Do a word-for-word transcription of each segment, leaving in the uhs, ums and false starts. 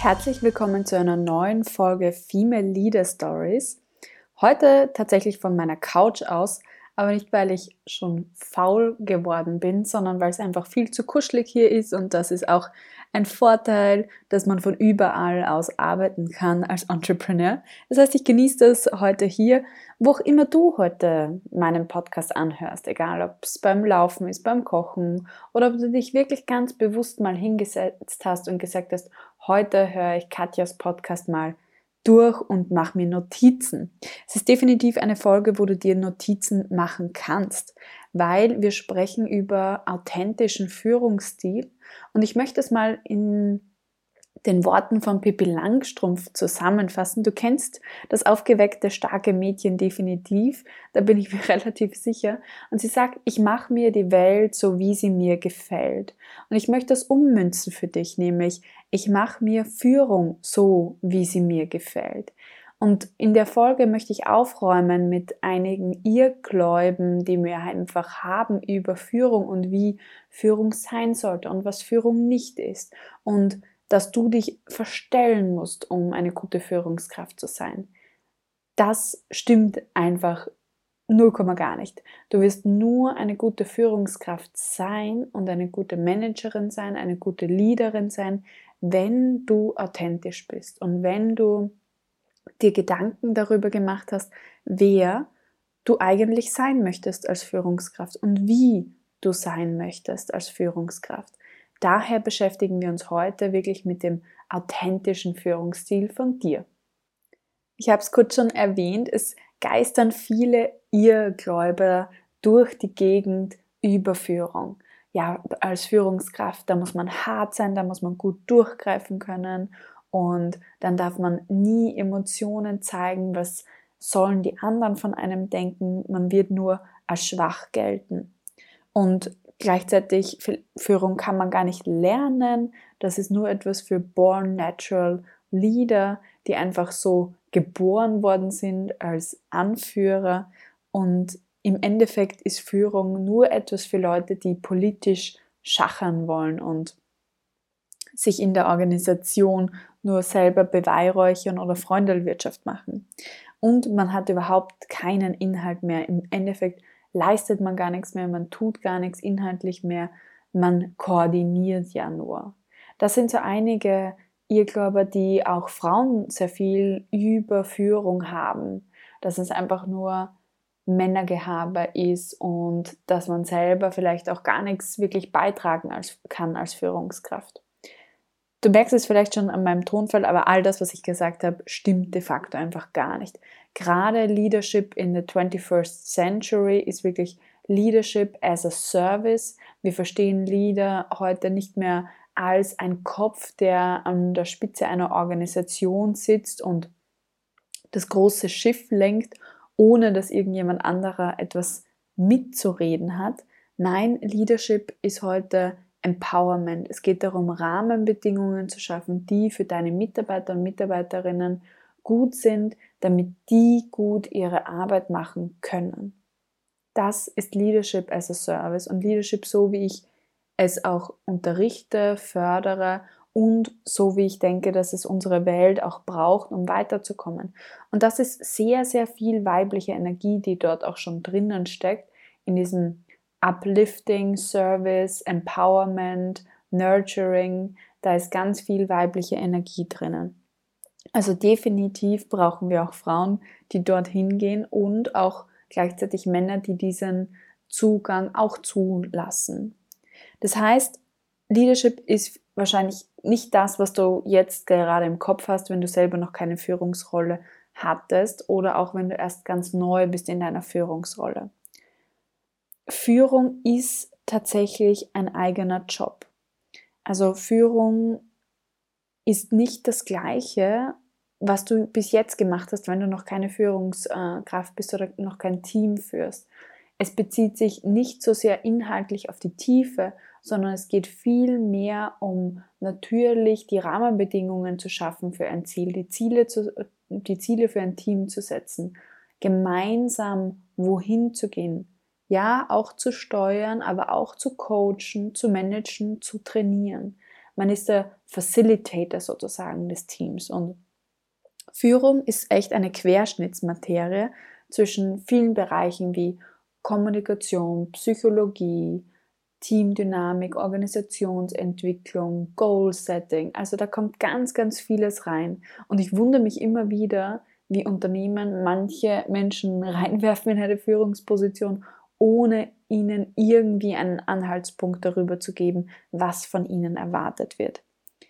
Herzlich willkommen zu einer neuen Folge Female Leader Stories. Heute tatsächlich von meiner Couch aus, aber nicht, weil ich schon faul geworden bin, sondern weil es einfach viel zu kuschelig hier ist und das ist auch ein Vorteil, dass man von überall aus arbeiten kann als Entrepreneur. Das heißt, ich genieße das heute hier, wo auch immer du heute meinen Podcast anhörst, egal ob es beim Laufen ist, beim Kochen oder ob du dich wirklich ganz bewusst mal hingesetzt hast und gesagt hast, heute höre ich Katjas Podcast mal durch und mache mir Notizen. Es ist definitiv eine Folge, wo du dir Notizen machen kannst, weil wir sprechen über authentischen Führungsstil und ich möchte es mal in den Worten von Pippi Langstrumpf zusammenfassen. Du kennst das aufgeweckte, starke Mädchen definitiv, da bin ich mir relativ sicher. Und sie sagt, ich mache mir die Welt so, wie sie mir gefällt. Und ich möchte das ummünzen für dich, nämlich ich mache mir Führung so, wie sie mir gefällt. Und in der Folge möchte ich aufräumen mit einigen Irrgläuben, die wir einfach haben über Führung und wie Führung sein sollte und was Führung nicht ist. Und dass du dich verstellen musst, um eine gute Führungskraft zu sein. Das stimmt einfach null Komma gar nicht. Du wirst nur eine gute Führungskraft sein und eine gute Managerin sein, eine gute Leaderin sein, wenn du authentisch bist und wenn du dir Gedanken darüber gemacht hast, wer du eigentlich sein möchtest als Führungskraft und wie du sein möchtest als Führungskraft. Daher beschäftigen wir uns heute wirklich mit dem authentischen Führungsstil von dir. Ich habe es kurz schon erwähnt, es geistern viele Irrgläuber durch die Gegend über Führung. Ja, als Führungskraft, da muss man hart sein, da muss man gut durchgreifen können und dann darf man nie Emotionen zeigen, was sollen die anderen von einem denken, man wird nur als schwach gelten. Und gleichzeitig, Führung kann man gar nicht lernen, das ist nur etwas für born natural Leader, die einfach so geboren worden sind als Anführer und im Endeffekt ist Führung nur etwas für Leute, die politisch schachern wollen und sich in der Organisation nur selber beweihräuchern oder Freundelwirtschaft machen. Und man hat überhaupt keinen Inhalt mehr. Im Endeffekt leistet man gar nichts mehr, man tut gar nichts inhaltlich mehr, man koordiniert ja nur. Das sind so einige Irrglaube, die auch Frauen sehr viel über Führung haben, dass es einfach nur Männergehabe ist und dass man selber vielleicht auch gar nichts wirklich beitragen als, kann als Führungskraft. Du merkst es vielleicht schon an meinem Tonfall, aber all das, was ich gesagt habe, stimmt de facto einfach gar nicht. Gerade Leadership in the twenty-first century ist wirklich Leadership as a Service. Wir verstehen Leader heute nicht mehr als ein Kopf, der an der Spitze einer Organisation sitzt und das große Schiff lenkt, ohne dass irgendjemand anderer etwas mitzureden hat. Nein, Leadership ist heute Empowerment. Es geht darum, Rahmenbedingungen zu schaffen, die für deine Mitarbeiter und Mitarbeiterinnen gut sind, damit die gut ihre Arbeit machen können. Das ist Leadership as a Service und Leadership so, wie ich es auch unterrichte, fördere und so, wie ich denke, dass es unsere Welt auch braucht, um weiterzukommen. Und das ist sehr, sehr viel weibliche Energie, die dort auch schon drinnen steckt, in diesem Uplifting, Service, Empowerment, Nurturing, da ist ganz viel weibliche Energie drinnen. Also definitiv brauchen wir auch Frauen, die dorthin gehen und auch gleichzeitig Männer, die diesen Zugang auch zulassen. Das heißt, Leadership ist wahrscheinlich nicht das, was du jetzt gerade im Kopf hast, wenn du selber noch keine Führungsrolle hattest oder auch wenn du erst ganz neu bist in deiner Führungsrolle. Führung ist tatsächlich ein eigener Job. Also Führung ist nicht das Gleiche, was du bis jetzt gemacht hast, wenn du noch keine Führungskraft bist oder noch kein Team führst. Es bezieht sich nicht so sehr inhaltlich auf die Tiefe, sondern es geht viel mehr um natürlich die Rahmenbedingungen zu schaffen für ein Ziel, die Ziele, zu, die Ziele für ein Team zu setzen, gemeinsam wohin zu gehen. Ja, auch zu steuern, aber auch zu coachen, zu managen, zu trainieren. Man ist der Facilitator sozusagen des Teams. Und Führung ist echt eine Querschnittsmaterie zwischen vielen Bereichen wie Kommunikation, Psychologie, Teamdynamik, Organisationsentwicklung, Goal-Setting. Also da kommt ganz, ganz vieles rein. Und ich wundere mich immer wieder, wie Unternehmen manche Menschen reinwerfen in eine Führungsposition, ohne ihnen irgendwie einen Anhaltspunkt darüber zu geben, was von ihnen erwartet wird.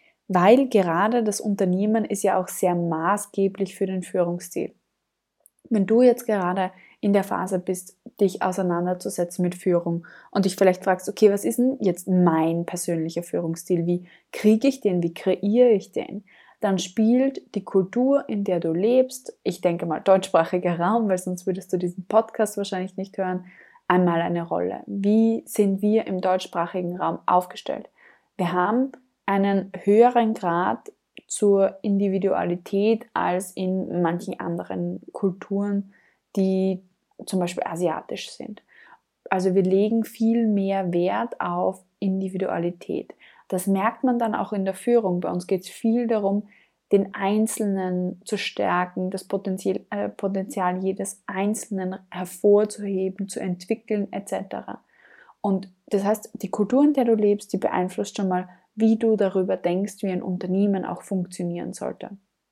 Weil gerade das Unternehmen ist ja auch sehr maßgeblich für den Führungsstil. Wenn du jetzt gerade in der Phase bist, dich auseinanderzusetzen mit Führung und dich vielleicht fragst, okay, was ist denn jetzt mein persönlicher Führungsstil? Wie kriege ich den? Wie kreiere ich den? Dann spielt die Kultur, in der du lebst, ich denke mal deutschsprachiger Raum, weil sonst würdest du diesen Podcast wahrscheinlich nicht hören, einmal eine Rolle. Wie sind wir im deutschsprachigen Raum aufgestellt? Wir haben einen höheren Grad zur Individualität als in manchen anderen Kulturen, die zum Beispiel asiatisch sind. Also wir legen viel mehr Wert auf Individualität. Das merkt man dann auch in der Führung. Bei uns geht es viel darum, den Einzelnen zu stärken, das Potenzial, äh, Potenzial jedes Einzelnen hervorzuheben, zu entwickeln et cetera. Und das heißt, die Kultur, in der du lebst, die beeinflusst schon mal, wie du darüber denkst, wie ein Unternehmen auch funktionieren sollte.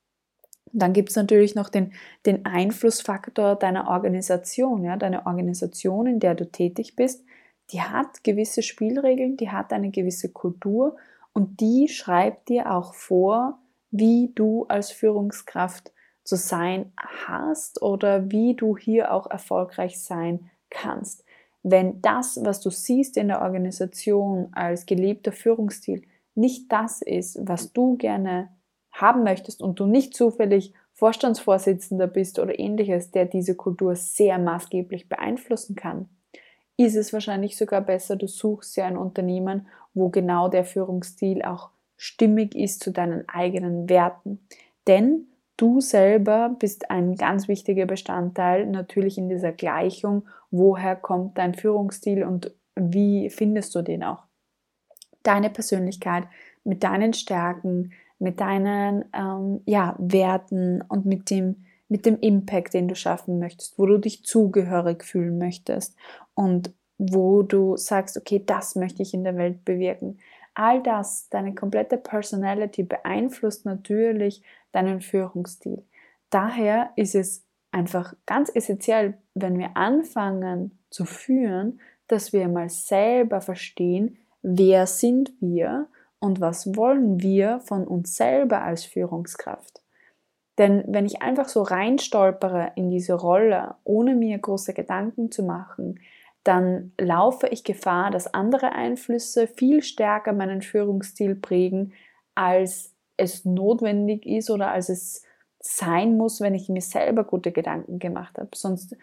Und dann gibt es natürlich noch den, den Einflussfaktor deiner Organisation. Ja? Deine Organisation, in der du tätig bist, die hat gewisse Spielregeln, die hat eine gewisse Kultur und die schreibt dir auch vor, wie du als Führungskraft zu sein hast oder wie du hier auch erfolgreich sein kannst. Wenn das, was du siehst in der Organisation als gelebter Führungsstil, nicht das ist, was du gerne haben möchtest und du nicht zufällig Vorstandsvorsitzender bist oder ähnliches, der diese Kultur sehr maßgeblich beeinflussen kann, ist es wahrscheinlich sogar besser, du suchst ja ein Unternehmen, wo genau der Führungsstil auch stimmig ist zu deinen eigenen Werten. Denn du selber bist ein ganz wichtiger Bestandteil natürlich in dieser Gleichung, woher kommt dein Führungsstil und wie findest du den auch. Deine Persönlichkeit mit deinen Stärken, mit deinen ähm, ja, Werten und mit dem, mit dem Impact, den du schaffen möchtest, wo du dich zugehörig fühlen möchtest und wo du sagst, okay, das möchte ich in der Welt bewirken. All das, deine komplette Personality beeinflusst natürlich deinen Führungsstil. Daher ist es einfach ganz essentiell, wenn wir anfangen zu führen, dass wir mal selber verstehen, wer sind wir und was wollen wir von uns selber als Führungskraft. Denn wenn ich einfach so reinstolpere in diese Rolle, ohne mir große Gedanken zu machen, dann laufe ich Gefahr, dass andere Einflüsse viel stärker meinen Führungsstil prägen, als es notwendig ist oder als es sein muss, wenn ich mir selber gute Gedanken gemacht habe. Sonst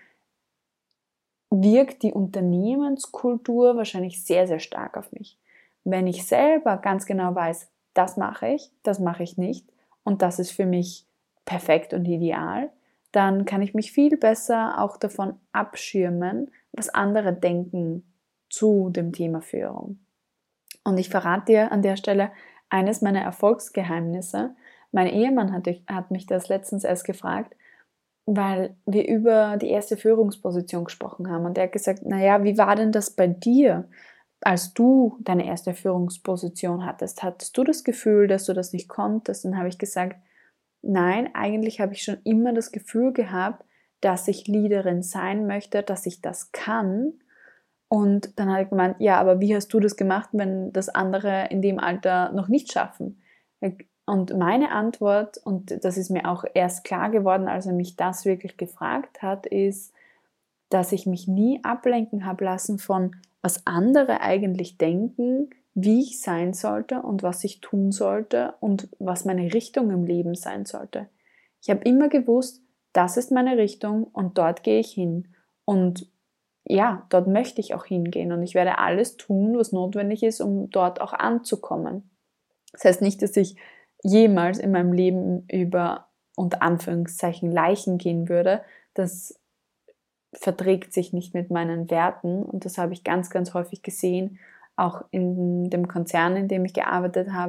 wirkt die Unternehmenskultur wahrscheinlich sehr, sehr stark auf mich. Wenn ich selber ganz genau weiß, das mache ich, das mache ich nicht und das ist für mich perfekt und ideal, dann kann ich mich viel besser auch davon abschirmen, was andere denken zu dem Thema Führung. Und ich verrate dir an der Stelle eines meiner Erfolgsgeheimnisse. Mein Ehemann hat, hat mich das letztens erst gefragt, weil wir über die erste Führungsposition gesprochen haben. Und er hat gesagt, naja, wie war denn das bei dir, als du deine erste Führungsposition hattest? Hattest du das Gefühl, dass du das nicht konntest? Und habe ich gesagt, nein, eigentlich habe ich schon immer das Gefühl gehabt, dass ich Leaderin sein möchte, dass ich das kann. Und dann hat er gemeint, ja, aber wie hast du das gemacht, wenn das andere in dem Alter noch nicht schaffen? Und meine Antwort, und das ist mir auch erst klar geworden, als er mich das wirklich gefragt hat, ist, dass ich mich nie ablenken habe lassen von, was andere eigentlich denken, wie ich sein sollte und was ich tun sollte und was meine Richtung im Leben sein sollte. Ich habe immer gewusst, das ist meine Richtung und dort gehe ich hin. Und ja, dort möchte ich auch hingehen und ich werde alles tun, was notwendig ist, um dort auch anzukommen. Das heißt nicht, dass ich jemals in meinem Leben über, unter Anführungszeichen, Leichen gehen würde. Das verträgt sich nicht mit meinen Werten und das habe ich ganz, ganz häufig gesehen, auch in dem Konzern, in dem ich gearbeitet habe,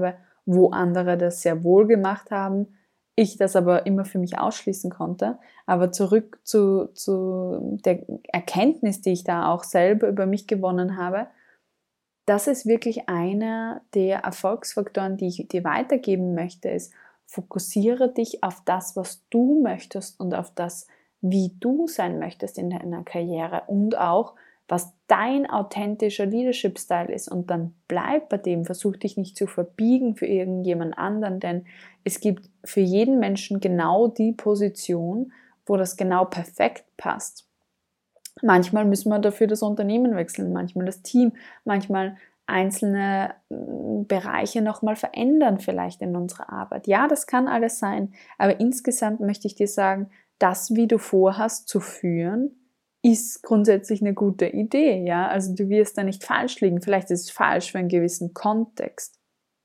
wo andere das sehr wohl gemacht haben, ich das aber immer für mich ausschließen konnte. Aber zurück zu, zu der Erkenntnis, die ich da auch selber über mich gewonnen habe, das ist wirklich einer der Erfolgsfaktoren, die ich dir weitergeben möchte, ist, fokussiere dich auf das, was du möchtest und auf das, wie du sein möchtest in deiner Karriere und auch, was dein authentischer Leadership-Style ist, und dann bleib bei dem, versuch dich nicht zu verbiegen für irgendjemand anderen, denn es gibt für jeden Menschen genau die Position, wo das genau perfekt passt. Manchmal müssen wir dafür das Unternehmen wechseln, manchmal das Team, manchmal einzelne Bereiche nochmal verändern vielleicht in unserer Arbeit. Ja, das kann alles sein, aber insgesamt möchte ich dir sagen, das, wie du vorhast zu führen, ist grundsätzlich eine gute Idee. Ja? Also du wirst da nicht falsch liegen, vielleicht ist es falsch für einen gewissen Kontext.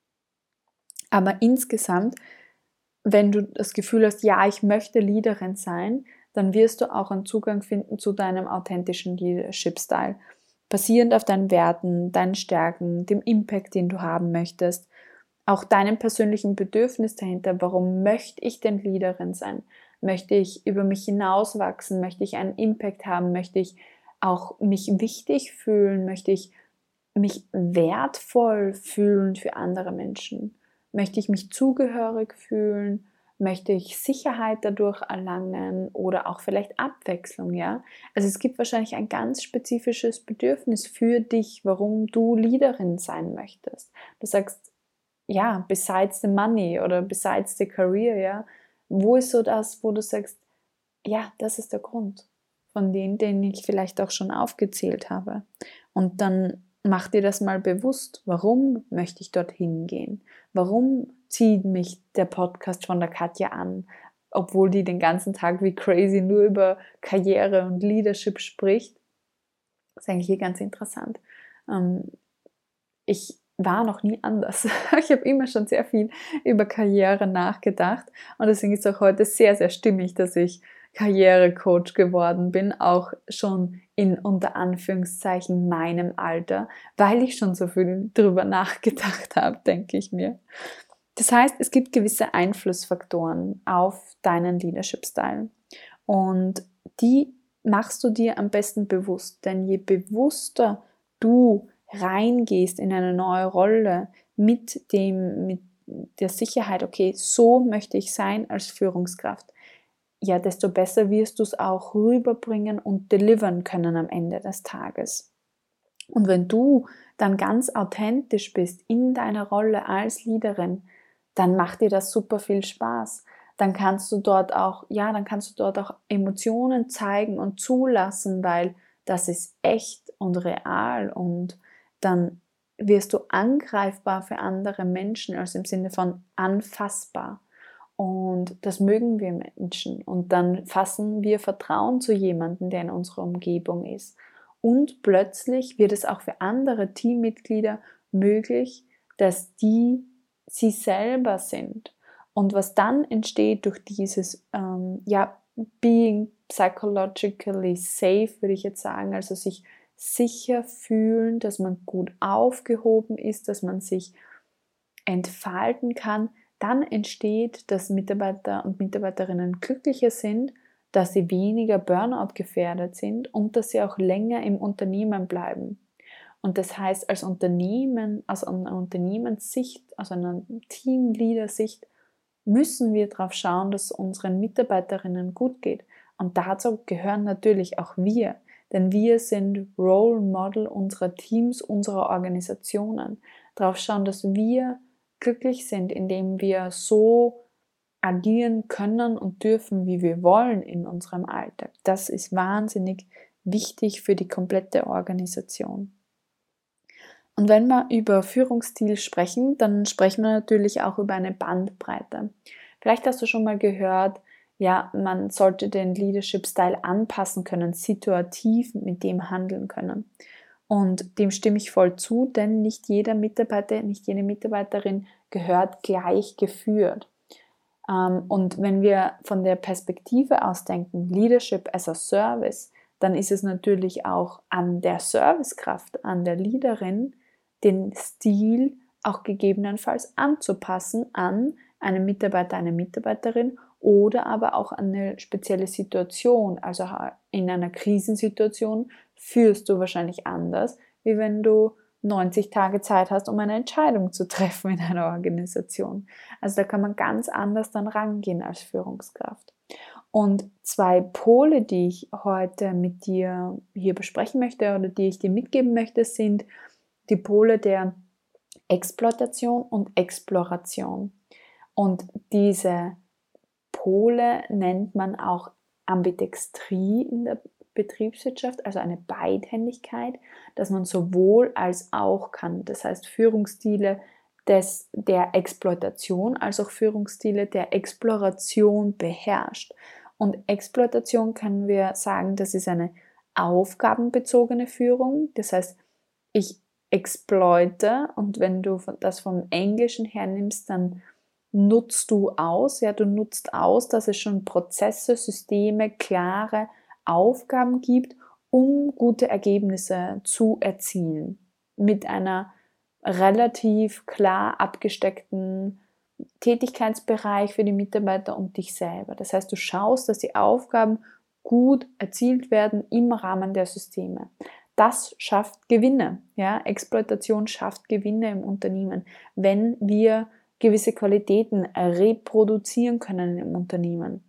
Aber insgesamt, wenn du das Gefühl hast, ja, ich möchte Leaderin sein, dann wirst du auch einen Zugang finden zu deinem authentischen Leadership-Style. Basierend auf deinen Werten, deinen Stärken, dem Impact, den du haben möchtest, auch deinem persönlichen Bedürfnis dahinter. Warum möchte ich denn Leaderin sein? Möchte ich über mich hinauswachsen? Möchte ich einen Impact haben? Möchte ich auch mich wichtig fühlen? Möchte ich mich wertvoll fühlen für andere Menschen? Möchte ich mich zugehörig fühlen? Möchte ich Sicherheit dadurch erlangen oder auch vielleicht Abwechslung, ja? Also es gibt wahrscheinlich ein ganz spezifisches Bedürfnis für dich, warum du Leaderin sein möchtest. Du sagst, ja, besides the money oder besides the career, ja? Wo ist so das, wo du sagst, ja, das ist der Grund von denen, den ich vielleicht auch schon aufgezählt habe. Und dann mach dir das mal bewusst. Warum möchte ich dorthin gehen? Warum zieht mich der Podcast von der Katja an, obwohl die den ganzen Tag wie crazy nur über Karriere und Leadership spricht? Das ist eigentlich hier ganz interessant. Ich war noch nie anders. Ich habe immer schon sehr viel über Karriere nachgedacht und deswegen ist es auch heute sehr, sehr stimmig, dass ich Karrierecoach geworden bin, auch schon in unter Anführungszeichen meinem Alter, weil ich schon so viel drüber nachgedacht habe, denke ich mir. Das heißt, es gibt gewisse Einflussfaktoren auf deinen Leadership-Style und die machst du dir am besten bewusst, denn je bewusster du reingehst in eine neue Rolle mit dem, mit der Sicherheit, okay, so möchte ich sein als Führungskraft, ja, desto besser wirst du es auch rüberbringen und delivern können am Ende des Tages. Und wenn du dann ganz authentisch bist in deiner Rolle als Leaderin, dann macht dir das super viel Spaß. Dann kannst du dort auch, ja, dann kannst du dort auch Emotionen zeigen und zulassen, weil das ist echt und real und dann wirst du angreifbar für andere Menschen, also im Sinne von anfassbar. Und das mögen wir Menschen. Und dann fassen wir Vertrauen zu jemandem, der in unserer Umgebung ist. Und plötzlich wird es auch für andere Teammitglieder möglich, dass die sie selber sind. Und was dann entsteht durch dieses, ähm, ja, being psychologically safe, würde ich jetzt sagen, also sich sicher fühlen, dass man gut aufgehoben ist, dass man sich entfalten kann, dann entsteht, dass Mitarbeiter und Mitarbeiterinnen glücklicher sind, dass sie weniger Burnout gefährdet sind und dass sie auch länger im Unternehmen bleiben. Und das heißt, als Unternehmen, aus einer Unternehmenssicht, aus einer Teamleader-Sicht, müssen wir darauf schauen, dass es unseren Mitarbeiterinnen gut geht. Und dazu gehören natürlich auch wir, denn wir sind Role Model unserer Teams, unserer Organisationen. Darauf schauen, dass wir glücklich sind, indem wir so agieren können und dürfen, wie wir wollen in unserem Alltag. Das ist wahnsinnig wichtig für die komplette Organisation. Und wenn wir über Führungsstil sprechen, dann sprechen wir natürlich auch über eine Bandbreite. Vielleicht hast du schon mal gehört, ja, man sollte den Leadership-Style anpassen können, situativ mit dem handeln können. Und dem stimme ich voll zu, denn nicht jeder Mitarbeiter, nicht jede Mitarbeiterin gehört gleich geführt. Und wenn wir von der Perspektive aus denken, Leadership as a Service, dann ist es natürlich auch an der Servicekraft, an der Leaderin, den Stil auch gegebenenfalls anzupassen an einen Mitarbeiter, eine Mitarbeiterin oder aber auch an eine spezielle Situation. Also in einer Krisensituation führst du wahrscheinlich anders, wie wenn du neunzig Tage Zeit hast, um eine Entscheidung zu treffen in einer Organisation. Also da kann man ganz anders dann rangehen als Führungskraft. Und zwei Pole, die ich heute mit dir hier besprechen möchte oder die ich dir mitgeben möchte, sind die Pole der Exploitation und Exploration. Und diese Pole nennt man auch Ambidextrie in der Betriebswirtschaft, also eine Beidhändigkeit, dass man sowohl als auch kann. Das heißt Führungsstile des, der Exploitation als auch Führungsstile der Exploration beherrscht. Und Exploitation können wir sagen, das ist eine aufgabenbezogene Führung. Das heißt, ich exploite, und wenn du das vom Englischen hernimmst, dann nutzt du aus, ja, du nutzt aus, dass es schon Prozesse, Systeme, klare Aufgaben gibt, um gute Ergebnisse zu erzielen. Mit einer relativ klar abgesteckten Tätigkeitsbereich für die Mitarbeiter und dich selber. Das heißt, du schaust, dass die Aufgaben gut erzielt werden im Rahmen der Systeme. Das schafft Gewinne. Ja? Exploitation schafft Gewinne im Unternehmen, wenn wir gewisse Qualitäten reproduzieren können im Unternehmen.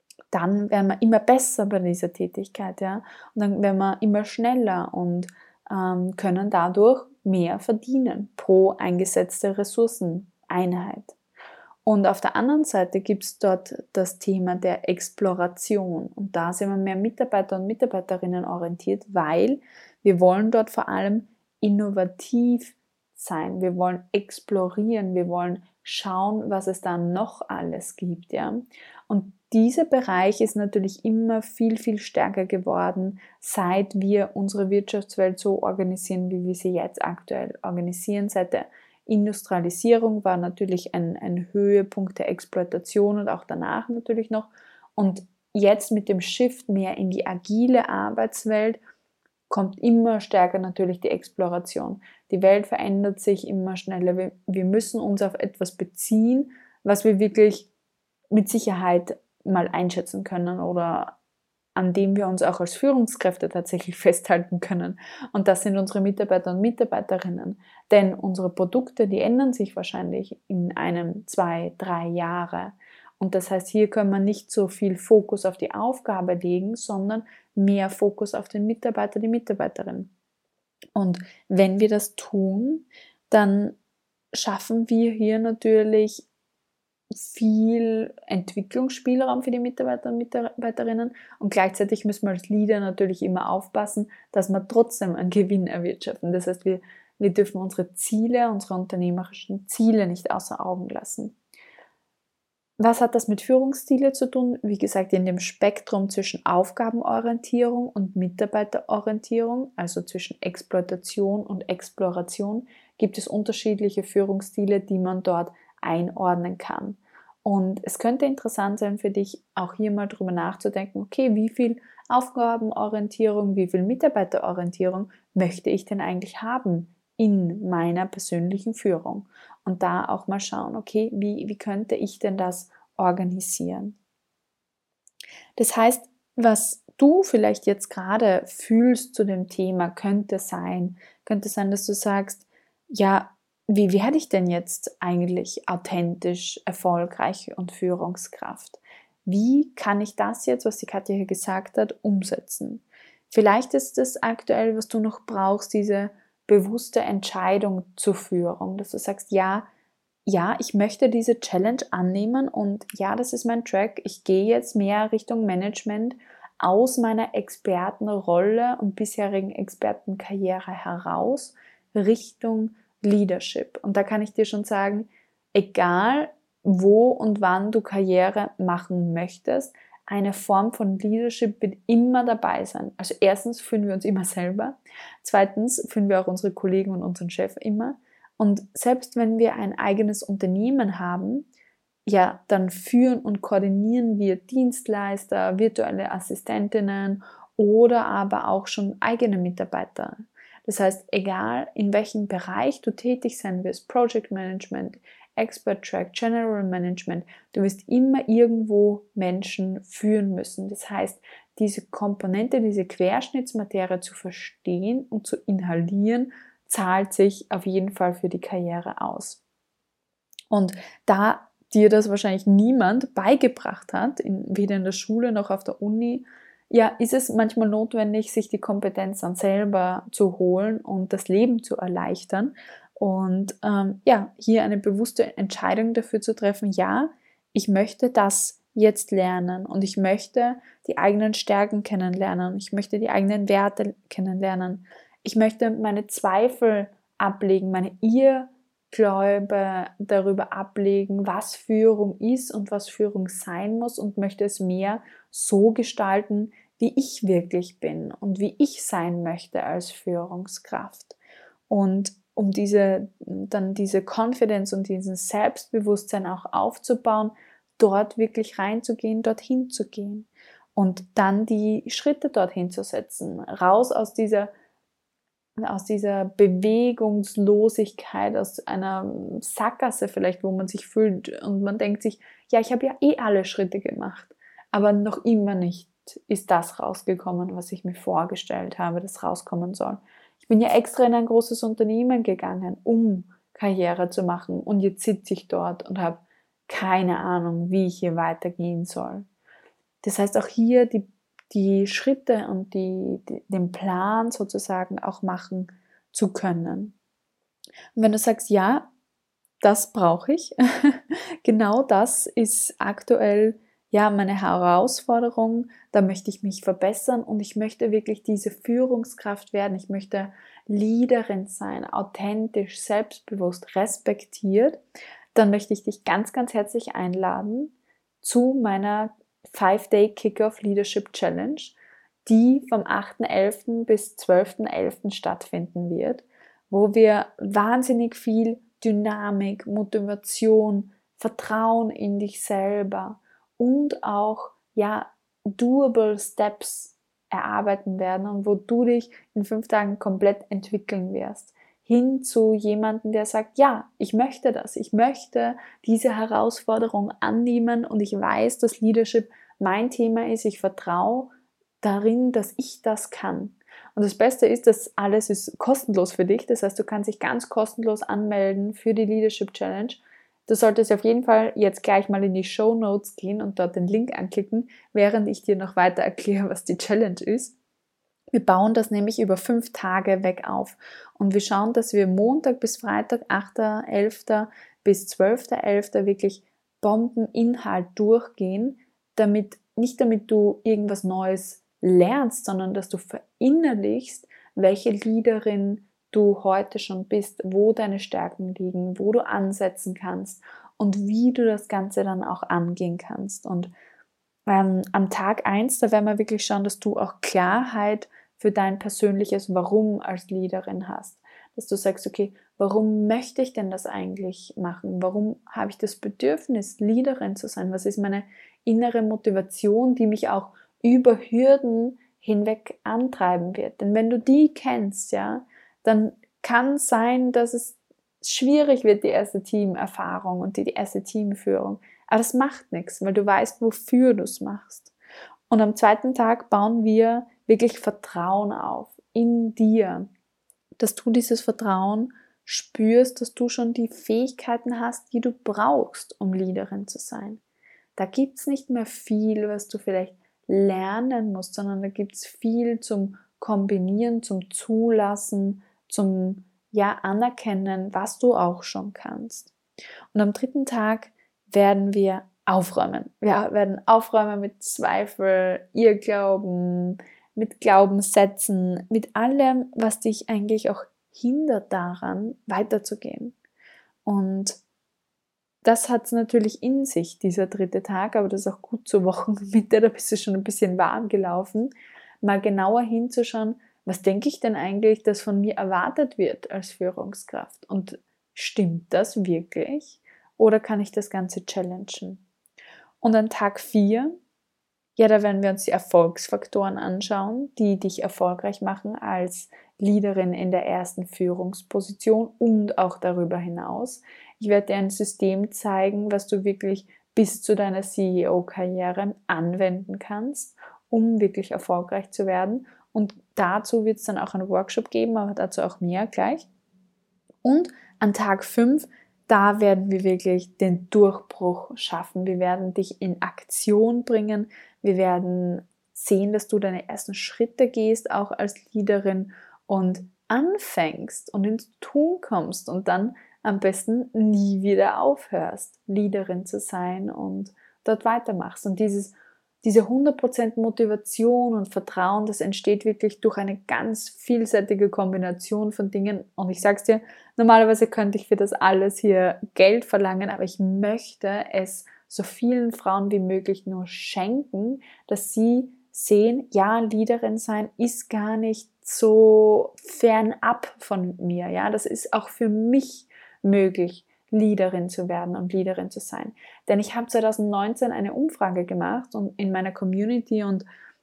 Dann werden wir immer besser bei dieser Tätigkeit, ja, und dann werden wir immer schneller und ähm, können dadurch mehr verdienen pro eingesetzte Ressourceneinheit. Und auf der anderen Seite gibt es dort das Thema der Exploration. Und da sind wir mehr Mitarbeiter und Mitarbeiterinnen orientiert, weil wir wollen dort vor allem innovativ sein. Wir wollen explorieren, wir wollen schauen, was es da noch alles gibt. Ja? Und dieser Bereich ist natürlich immer viel, viel stärker geworden, seit wir unsere Wirtschaftswelt so organisieren, wie wir sie jetzt aktuell organisieren. Seit der Industrialisierung war natürlich ein, ein Höhepunkt der Exploitation und auch danach natürlich noch. Und jetzt mit dem Shift mehr in die agile Arbeitswelt kommt immer stärker natürlich die Exploration. Die Welt verändert sich immer schneller. Wir, wir müssen uns auf etwas beziehen, was wir wirklich mit Sicherheit mal einschätzen können oder an dem wir uns auch als Führungskräfte tatsächlich festhalten können. Und das sind unsere Mitarbeiter und Mitarbeiterinnen. Denn unsere Produkte, die ändern sich wahrscheinlich in einem, zwei, drei Jahre. Und das heißt, hier können wir nicht so viel Fokus auf die Aufgabe legen, sondern mehr Fokus auf den Mitarbeiter, die Mitarbeiterin. Und wenn wir das tun, dann schaffen wir hier natürlich viel Entwicklungsspielraum für die Mitarbeiter und Mitarbeiterinnen und gleichzeitig müssen wir als Leader natürlich immer aufpassen, dass wir trotzdem einen Gewinn erwirtschaften. Das heißt, wir, wir dürfen unsere Ziele, unsere unternehmerischen Ziele nicht außer Augen lassen. Was hat das mit Führungsstile zu tun? Wie gesagt, in dem Spektrum zwischen Aufgabenorientierung und Mitarbeiterorientierung, also zwischen Exploitation und Exploration, gibt es unterschiedliche Führungsstile, die man dort einordnen kann. Und es könnte interessant sein für dich, auch hier mal drüber nachzudenken, okay, wie viel Aufgabenorientierung, wie viel Mitarbeiterorientierung möchte ich denn eigentlich haben in meiner persönlichen Führung? Und da auch mal schauen, okay, wie, wie könnte ich denn das organisieren? Das heißt, was du vielleicht jetzt gerade fühlst zu dem Thema, könnte sein, könnte sein, dass du sagst, ja, wie werde ich denn jetzt eigentlich authentisch, erfolgreich und Führungskraft? Wie kann ich das jetzt, was die Katja hier gesagt hat, umsetzen? Vielleicht ist es aktuell, was du noch brauchst, diese bewusste Entscheidung zur Führung, dass du sagst, ja, ja, ich möchte diese Challenge annehmen und ja, das ist mein Track. Ich gehe jetzt mehr Richtung Management aus meiner Expertenrolle und bisherigen Expertenkarriere heraus, Richtung Leadership. Und da kann ich dir schon sagen, egal wo und wann du Karriere machen möchtest, eine Form von Leadership wird immer dabei sein. Also erstens fühlen wir uns immer selber, zweitens fühlen wir auch unsere Kollegen und unseren Chef immer. Und selbst wenn wir ein eigenes Unternehmen haben, ja, dann führen und koordinieren wir Dienstleister, virtuelle Assistentinnen oder aber auch schon eigene Mitarbeiter. Das heißt, egal in welchem Bereich du tätig sein wirst, Project Management, Expert Track, General Management, du wirst immer irgendwo Menschen führen müssen. Das heißt, diese Komponente, diese Querschnittsmaterie zu verstehen und zu inhalieren, zahlt sich auf jeden Fall für die Karriere aus. Und da dir das wahrscheinlich niemand beigebracht hat, in, weder in der Schule noch auf der Uni, ja, ist es manchmal notwendig, sich die Kompetenz dann selber zu holen und das Leben zu erleichtern. Und ähm, ja, hier eine bewusste Entscheidung dafür zu treffen, ja, ich möchte das jetzt lernen und ich möchte die eigenen Stärken kennenlernen, ich möchte die eigenen Werte kennenlernen, ich möchte meine Zweifel ablegen, meine Irrglaube darüber ablegen, was Führung ist und was Führung sein muss und möchte es mehr so gestalten, wie ich wirklich bin und wie ich sein möchte als Führungskraft. Und um diese, dann diese Confidence und dieses Selbstbewusstsein auch aufzubauen, dort wirklich reinzugehen, dorthin zu gehen und dann die Schritte dorthin zu setzen, raus aus dieser aus dieser Bewegungslosigkeit, aus einer Sackgasse vielleicht, wo man sich fühlt und man denkt sich, ja, ich habe ja eh alle Schritte gemacht, aber noch immer nicht ist das rausgekommen, was ich mir vorgestellt habe, das rauskommen soll. Ich bin ja extra in ein großes Unternehmen gegangen, um Karriere zu machen und jetzt sitze ich dort und habe keine Ahnung, wie ich hier weitergehen soll. Das heißt, auch hier die die Schritte und die, die, den Plan sozusagen auch machen zu können. Und wenn du sagst, ja, das brauche ich, genau das ist aktuell ja meine Herausforderung, da möchte ich mich verbessern und ich möchte wirklich diese Führungskraft werden, ich möchte Leaderin sein, authentisch, selbstbewusst, respektiert, dann möchte ich dich ganz, ganz herzlich einladen zu meiner Five-Day Kickoff Leadership Challenge, die vom achten elften bis zwölften elften stattfinden wird, wo wir wahnsinnig viel Dynamik, Motivation, Vertrauen in dich selber und auch ja doable Steps erarbeiten werden und wo du dich in fünf Tagen komplett entwickeln wirst. Hin zu jemandem, der sagt, ja, ich möchte das, ich möchte diese Herausforderung annehmen und ich weiß, dass Leadership mein Thema ist, ich vertraue darin, dass ich das kann. Und das Beste ist, dass alles ist kostenlos für dich, das heißt, du kannst dich ganz kostenlos anmelden für die Leadership Challenge. Du solltest auf jeden Fall jetzt gleich mal in die Show Notes gehen und dort den Link anklicken, während ich dir noch weiter erkläre, was die Challenge ist. Wir bauen das nämlich über fünf Tage weg auf und wir schauen, dass wir Montag bis Freitag, achter elfter bis zwölfter elfter wirklich Bombeninhalt durchgehen, damit, nicht damit du irgendwas Neues lernst, sondern dass du verinnerlichst, welche Leaderin du heute schon bist, wo deine Stärken liegen, wo du ansetzen kannst und wie du das Ganze dann auch angehen kannst. Und ähm, am Tag eins, da werden wir wirklich schauen, dass du auch Klarheit für dein persönliches Warum als Leaderin hast. Dass du sagst, okay, warum möchte ich denn das eigentlich machen? Warum habe ich das Bedürfnis, Leaderin zu sein? Was ist meine innere Motivation, die mich auch über Hürden hinweg antreiben wird? Denn wenn du die kennst, ja, dann kann es sein, dass es schwierig wird, die erste Teamerfahrung und die, die erste Teamführung. Aber das macht nichts, weil du weißt, wofür du es machst. Und am zweiten Tag bauen wir wirklich Vertrauen auf in dir, dass du dieses Vertrauen spürst, dass du schon die Fähigkeiten hast, die du brauchst, um Leaderin zu sein. Da gibt es nicht mehr viel, was du vielleicht lernen musst, sondern da gibt es viel zum Kombinieren, zum Zulassen, zum ja, Anerkennen, was du auch schon kannst. Und am dritten Tag werden wir aufräumen. Wir werden aufräumen mit Zweifel, Irrglauben, mit Glaubenssätzen, mit allem, was dich eigentlich auch hindert daran, weiterzugehen. Und das hat es natürlich in sich, dieser dritte Tag, aber das ist auch gut zur Wochenmitte, da bist du schon ein bisschen warm gelaufen, mal genauer hinzuschauen, was denke ich denn eigentlich, dass von mir erwartet wird als Führungskraft? Und stimmt das wirklich? Oder kann ich das Ganze challengen? Und an Tag vier Ja, da werden wir uns die Erfolgsfaktoren anschauen, die dich erfolgreich machen als Leaderin in der ersten Führungsposition und auch darüber hinaus. Ich werde dir ein System zeigen, was du wirklich bis zu deiner C E O-Karriere anwenden kannst, um wirklich erfolgreich zu werden. Und dazu wird es dann auch einen Workshop geben, aber dazu auch mehr gleich. Und an Tag fünf, da werden wir wirklich den Durchbruch schaffen. Wir werden dich in Aktion bringen. Wir werden sehen, dass du deine ersten Schritte gehst, auch als Leaderin, und anfängst und ins Tun kommst und dann am besten nie wieder aufhörst, Leaderin zu sein und dort weitermachst. Und dieses Diese hundert Prozent Motivation und Vertrauen, das entsteht wirklich durch eine ganz vielseitige Kombination von Dingen. Und ich sage es dir, normalerweise könnte ich für das alles hier Geld verlangen, aber ich möchte es so vielen Frauen wie möglich nur schenken, dass sie sehen, ja, Leaderin sein ist gar nicht so fernab von mir. Ja, das ist auch für mich möglich, Leaderin zu werden und Leaderin zu sein. Denn ich habe zwanzig neunzehn eine Umfrage gemacht und in meiner Community und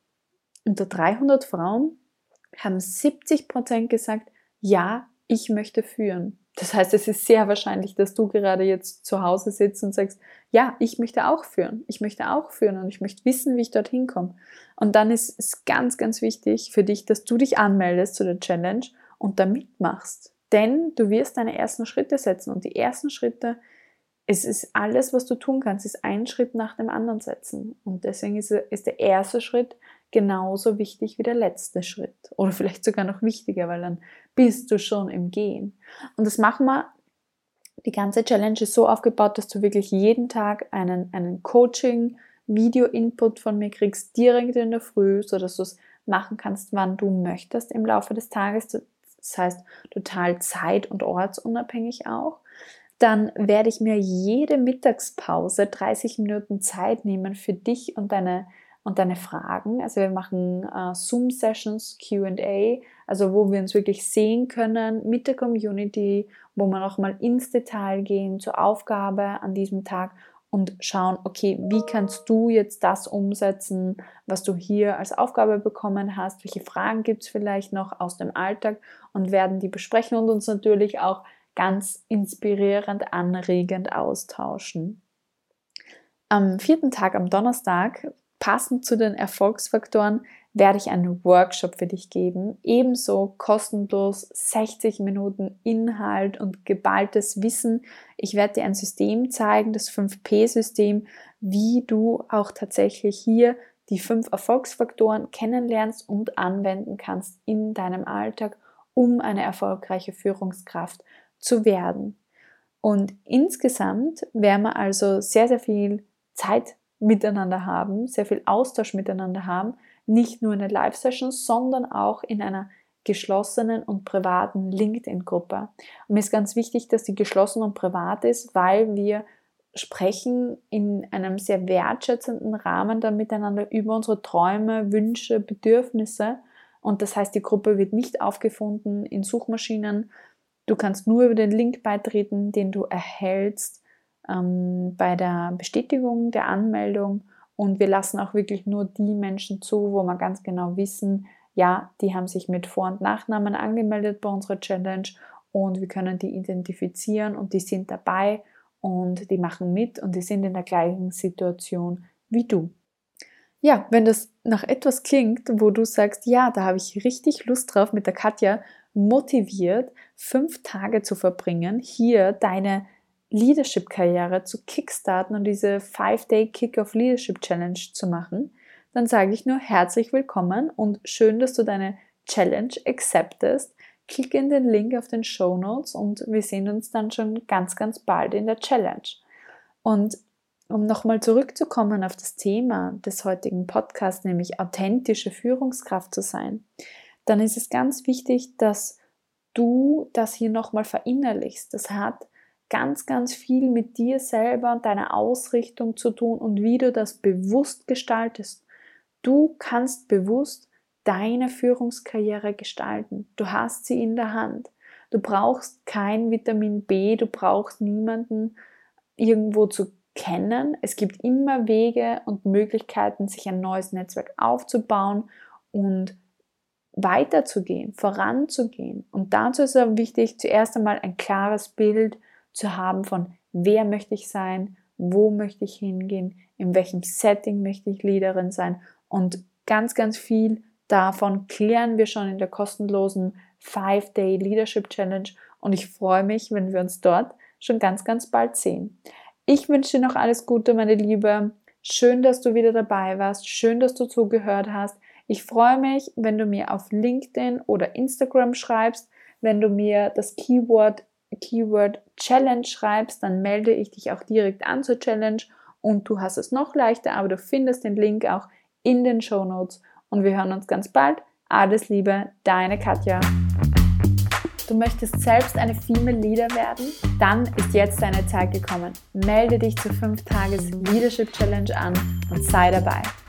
unter dreihundert Frauen haben siebzig Prozent gesagt, ja, ich möchte führen. Das heißt, es ist sehr wahrscheinlich, dass du gerade jetzt zu Hause sitzt und sagst, ja, ich möchte auch führen. Ich möchte auch führen und ich möchte wissen, wie ich dorthin komme. Und dann ist es ganz, ganz wichtig für dich, dass du dich anmeldest zu der Challenge und da mitmachst. Denn du wirst deine ersten Schritte setzen und die ersten Schritte, es ist alles, was du tun kannst, ist ein Schritt nach dem anderen setzen. Und deswegen ist, ist der erste Schritt genauso wichtig wie der letzte Schritt. Oder vielleicht sogar noch wichtiger, weil dann bist du schon im Gehen. Und das machen wir, die ganze Challenge ist so aufgebaut, dass du wirklich jeden Tag einen, einen Coaching-Video-Input von mir kriegst, direkt in der Früh, sodass du es machen kannst, wann du möchtest im Laufe des Tages. Das heißt, total zeit- und ortsunabhängig auch. Dann werde ich mir jede Mittagspause dreißig Minuten Zeit nehmen für dich und deine, und deine Fragen. Also wir machen äh, Zoom-Sessions, Q and A, also wo wir uns wirklich sehen können mit der Community, wo wir nochmal ins Detail gehen zur Aufgabe an diesem Tag und schauen, okay, wie kannst du jetzt das umsetzen, was du hier als Aufgabe bekommen hast, welche Fragen gibt es vielleicht noch aus dem Alltag und werden die besprechen und uns natürlich auch ganz inspirierend, anregend austauschen. Am vierten Tag, am Donnerstag, passend zu den Erfolgsfaktoren, werde ich einen Workshop für dich geben. Ebenso kostenlos sechzig Minuten Inhalt und geballtes Wissen. Ich werde dir ein System zeigen, das fünf P System, wie du auch tatsächlich hier die fünf Erfolgsfaktoren kennenlernst und anwenden kannst in deinem Alltag, um eine erfolgreiche Führungskraft zu werden. Und insgesamt werden wir also sehr, sehr viel Zeit miteinander haben, sehr viel Austausch miteinander haben, nicht nur in der Live-Session, sondern auch in einer geschlossenen und privaten LinkedIn-Gruppe. Und mir ist ganz wichtig, dass die geschlossen und privat ist, weil wir sprechen in einem sehr wertschätzenden Rahmen dann miteinander über unsere Träume, Wünsche, Bedürfnisse. Und das heißt, die Gruppe wird nicht aufgefunden in Suchmaschinen. Du kannst nur über den Link beitreten, den du erhältst ähm, bei der Bestätigung der Anmeldung. Und wir lassen auch wirklich nur die Menschen zu, wo wir ganz genau wissen, ja, die haben sich mit Vor- und Nachnamen angemeldet bei unserer Challenge und wir können die identifizieren und die sind dabei und die machen mit und die sind in der gleichen Situation wie du. Ja, wenn das nach etwas klingt, wo du sagst, ja, da habe ich richtig Lust drauf, mit der Katja motiviert, fünf Tage zu verbringen, hier deine Leadership-Karriere zu kickstarten und diese Five-Day Kick-Off Leadership Challenge zu machen, dann sage ich nur herzlich willkommen und schön, dass du deine Challenge acceptest. Klick in den Link auf den Shownotes und wir sehen uns dann schon ganz, ganz bald in der Challenge. Und um nochmal zurückzukommen auf das Thema des heutigen Podcasts, nämlich authentische Führungskraft zu sein, dann ist es ganz wichtig, dass du das hier nochmal verinnerlichst. Das hat ganz, ganz viel mit dir selber und deiner Ausrichtung zu tun und wie du das bewusst gestaltest. Du kannst bewusst deine Führungskarriere gestalten. Du hast sie in der Hand. Du brauchst kein Vitamin B, du brauchst niemanden irgendwo zu kennen. Es gibt immer Wege und Möglichkeiten, sich ein neues Netzwerk aufzubauen und weiterzugehen, voranzugehen. Und dazu ist es wichtig, zuerst einmal ein klares Bild zu haben von, wer möchte ich sein, wo möchte ich hingehen, in welchem Setting möchte ich Leaderin sein. Und ganz, ganz viel davon klären wir schon in der kostenlosen five-Day Leadership Challenge. Und ich freue mich, wenn wir uns dort schon ganz, ganz bald sehen. Ich wünsche dir noch alles Gute, meine Liebe. Schön, dass du wieder dabei warst. Schön, dass du zugehört hast. Ich freue mich, wenn du mir auf LinkedIn oder Instagram schreibst. Wenn du mir das Keyword, Keyword Challenge schreibst, dann melde ich dich auch direkt an zur Challenge. Und du hast es noch leichter, aber du findest den Link auch in den Shownotes. Und wir hören uns ganz bald. Alles Liebe, deine Katja. Du möchtest selbst eine Female Leader werden? Dann ist jetzt deine Zeit gekommen. Melde dich zur fünf Tages Leadership Challenge an und sei dabei.